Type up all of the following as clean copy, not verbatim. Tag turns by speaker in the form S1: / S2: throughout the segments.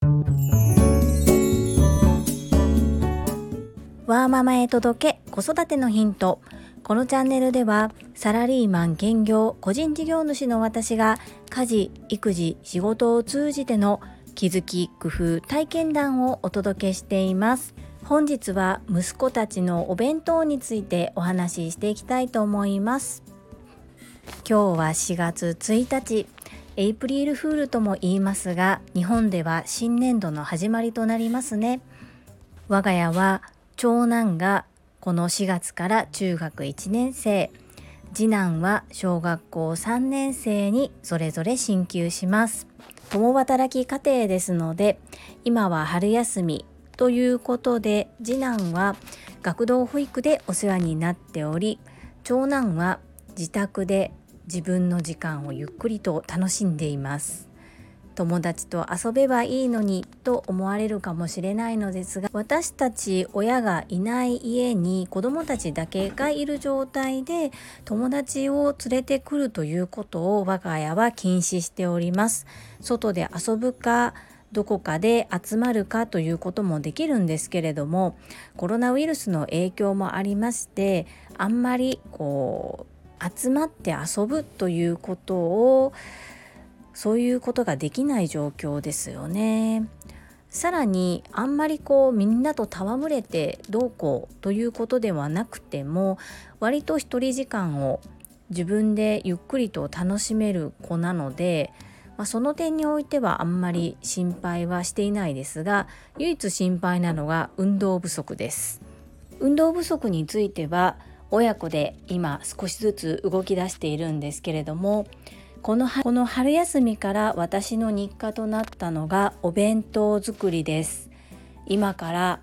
S1: ワーママへ届け子育てのヒント。このチャンネルではサラリーマン兼業個人事業主の私が家事育児仕事を通じての気づき工夫体験談をお届けしています。本日は息子たちのお弁当についてお話ししていきたいと思います。今日は4月1日、エイプリルフールとも言いますが、日本では新年度の始まりとなりますね。我が家は長男がこの4月から中学1年生、次男は小学校3年生にそれぞれ進級します。共働き家庭ですので、今は春休みということで、次男は学童保育でお世話になっており、長男は自宅で自分の時間をゆっくりと楽しんでいます。友達と遊べばいいのにと思われるかもしれないのですが、私たち親がいない家に子どもたちだけがいる状態で友達を連れてくるということを我が家は禁止しております。外で遊ぶかどこかで集まるかということもできるんですけれども、コロナウイルスの影響もありまして、あんまり集まって遊ぶということをそういうことができない状況ですよね。さらにあんまりみんなと戯れてどうこうということではなくても、割と一人時間を自分でゆっくりと楽しめる子なので、その点においてはあんまり心配はしていないですが、唯一心配なのが運動不足です。運動不足については親子で今少しずつ動き出しているんですけれども、この春休みから私の日課となったのがお弁当作りです。今から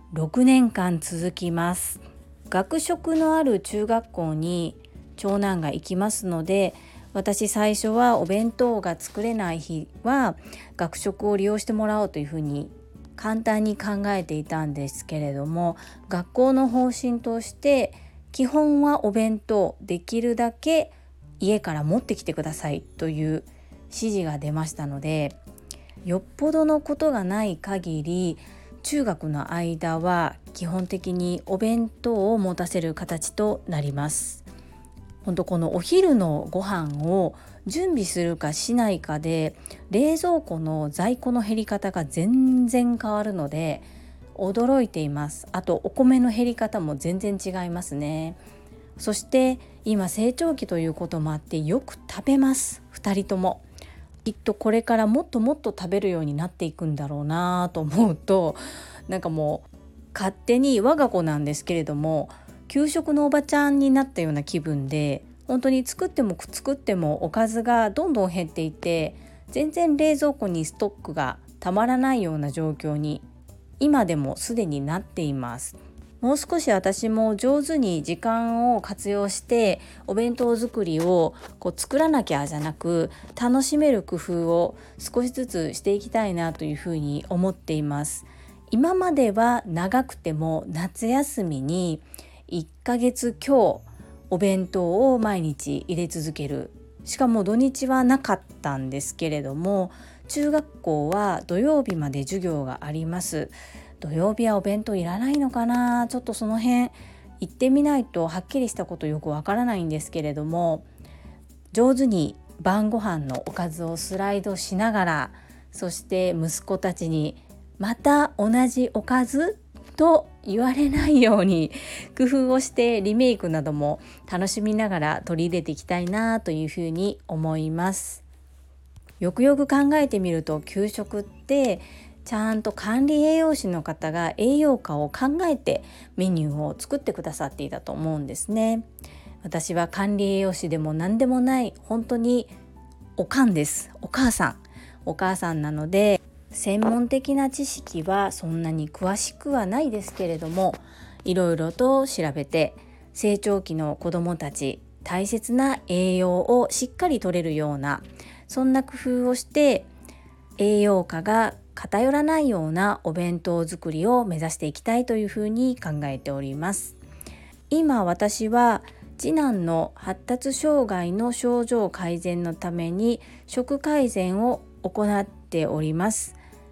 S1: 6年間続きます。学食のある中学校に長男が行きますので、私最初はお弁当が作れない日は学食を利用してもらおうというふうに簡単に考えていたんですけれども、学校の方針として基本はお弁当、できるだけ家から持ってきてくださいという指示が出ましたので、よっぽどのことがない限り中学の間は基本的にお弁当を持たせる形となります。本当このお昼のご飯を準備するかしないかで冷蔵庫の在庫の減り方が全然変わるので驚いています。あとお米の減り方も全然違いますね。そして今成長期ということもあってよく食べます。2人ともきっとこれからもっともっと食べるようになっていくんだろうなと思うと、もう勝手に我が子なんですけれども給食のおばちゃんになったような気分で、本当に作ってもおかずがどんどん減っていて、全然冷蔵庫にストックがたまらないような状況に今でもすでになっています。もう少し私も上手に時間を活用してお弁当作りを作らなきゃじゃなく楽しめる工夫を少しずつしていきたいなというふうに思っています。今までは長くても夏休みに1ヶ月強お弁当を毎日入れ続ける、しかも土日はなかったんですけれども、中学校は土曜日まで授業があります。土曜日はお弁当いらないのかな、ちょっとその辺行ってみないとはっきりしたことよくわからないんですけれども、上手に晩ご飯のおかずをスライドしながら、そして息子たちにまた同じおかずと言われないように工夫をしてリメイクなども楽しみながら取り入れていきたいなというふうに思います。よくよく考えてみると、給食ってちゃんと管理栄養士の方が栄養価を考えてメニューを作ってくださっていたと思うんですね。私は管理栄養士でも何でもない、本当におかんです。お母さんなので、専門的な知識はそんなに詳しくはないですけれども、いろいろと調べて成長期の子どもたち大切な栄養をしっかり取れるような、そんな工夫をして栄養価が偏らないようなお弁当作りを目指していきたいというふうに考えております。今私は次男の発達障害の症状改善のために食改善を行っております。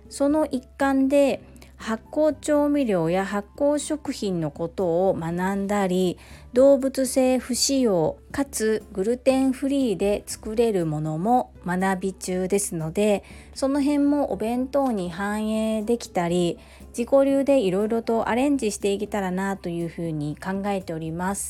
S1: その一環で発酵調味料や発酵食品のことを学んだり、動物性不使用かつグルテンフリーで作れるものも学び中ですので、その辺もお弁当に反映できたり、自己流でいろいろとアレンジしていけたらなというふうに考えております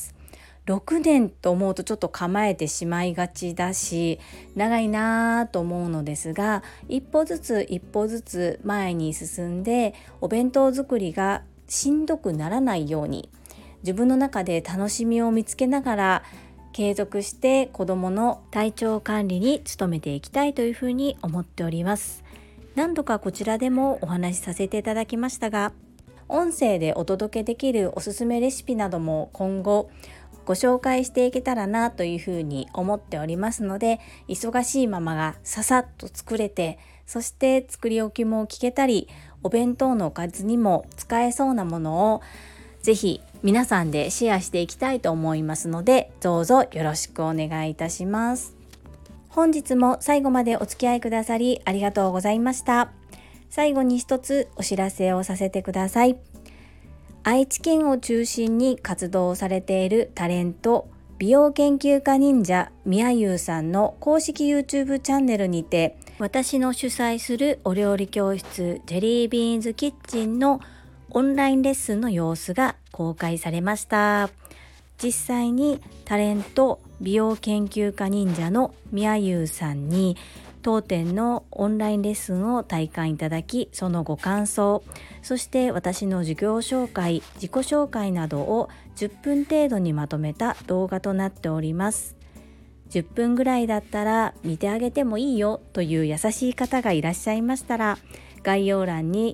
S1: 。6年と思うとちょっと構えてしまいがちだし、長いなと思うのですが、一歩ずつ前に進んで、お弁当作りがしんどくならないように、自分の中で楽しみを見つけながら継続して子どもの体調管理に努めていきたいというふうに思っております。何度かこちらでもお話しさせていただきましたが、音声でお届けできるおすすめレシピなども今後ご紹介していけたらなというふうに思っておりますので、忙しいママがささっと作れて、そして作り置きも聞けたり、お弁当のおかずにも使えそうなものをぜひ皆さんでシェアしていきたいと思いますので、どうぞよろしくお願いいたします。本日も最後までお付き合いくださりありがとうございました。最後に一つお知らせをさせてください。愛知県を中心に活動されているタレント、美容研究家忍者みやゆうさんの公式 YouTube チャンネルにて、私の主催するお料理教室ジェリービーンズキッチンのオンラインレッスンの様子が公開されました。実際にタレント、美容研究家忍者のみやゆうさんに当店のオンラインレッスンを体感いただき、そのご感想、そして私の授業紹介、自己紹介などを10分程度にまとめた動画となっております。10分ぐらいだったら見てあげてもいいよという優しい方がいらっしゃいましたら、概要欄に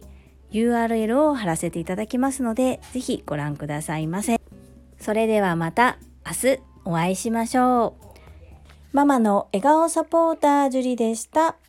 S1: URL を貼らせていただきますので、ぜひご覧くださいませ。それではまた明日お会いしましょう。ママの笑顔サポータージュリでした。